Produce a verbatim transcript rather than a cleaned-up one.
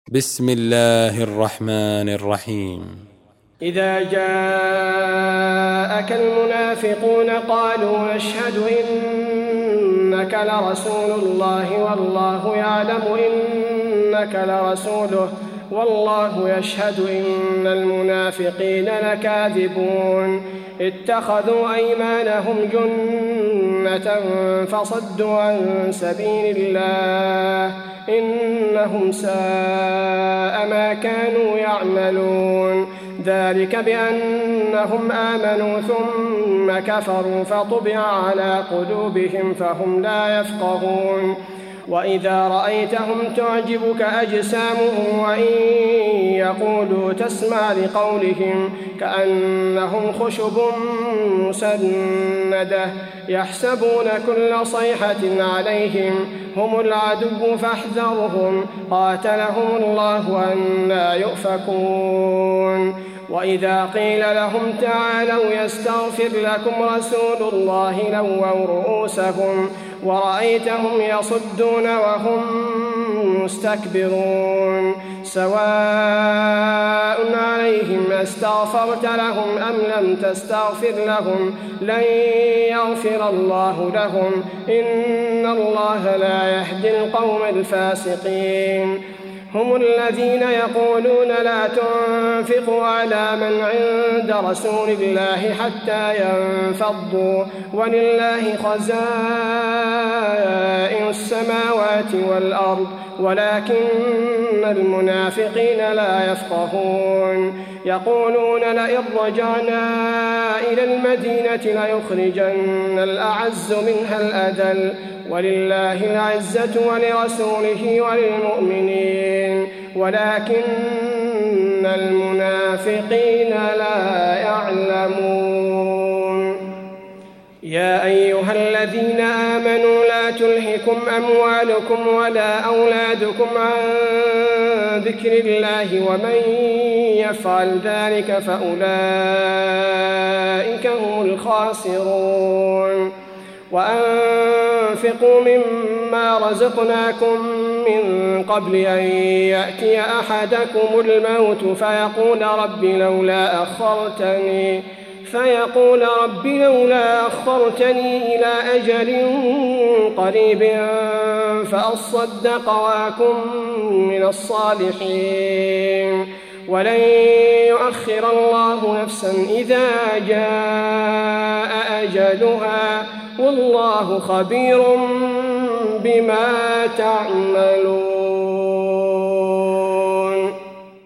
بسم الله الرحمن الرحيم. إذا جاءك المنافقون قالوا نشهد إنك لرسول الله والله يعلم إنك لرسوله والله يشهد إن المنافقين لكاذبون اتخذوا أيمانهم جنة فصدوا عن سبيل الله إنهم ساء ما كانوا يعملون ذلك بأنهم آمنوا ثم كفروا فطبع على قلوبهم فهم لا يفقهون وإذا رأيتهم تعجبك أجسامهم وإن يقولوا تسمع لقولهم كأنهم خشب مسندة يحسبون كل صيحة عليهم هم العدو فاحذرهم قاتلهم الله أنى يؤفكون وإذا قيل لهم تعالوا يستغفر لكم رسول الله لووا رؤوسهم ورأيتهم يصدون وهم مستكبرون سواء عليهم استغفرت لهم أم لم تستغفر لهم لن يغفر الله لهم إن الله لا يهدي القوم الفاسقين هم الذين يقولون لا تنفقوا على من عند رسول الله حتى ينفضوا ولله خزائن السماوات والأرض ولكن المنافقين لا يفقهون يقولون لئن رجعنا إلى المدينة ليخرجن الأعز منها الأذل ولله العزة ولرسوله وللمؤمنين ولكن المنافقين لا يعلمون يا أيها الذين آمنوا لا تلهكم أموالكم ولا أولادكم عن ذكر الله ومن يفعل ذلك فأولئك هم الخاسرون وأنفقوا مما رزقناكم من قبل أن يأتي أحدكم الموت فيقول رب لولا أخرتني فيقول رب لولا أخرتني إلى أجل قريب فأصدق وأكن من الصالحين ولن يؤخر الله نفسا إذا جاء أجلها والله خبير بما تعملون.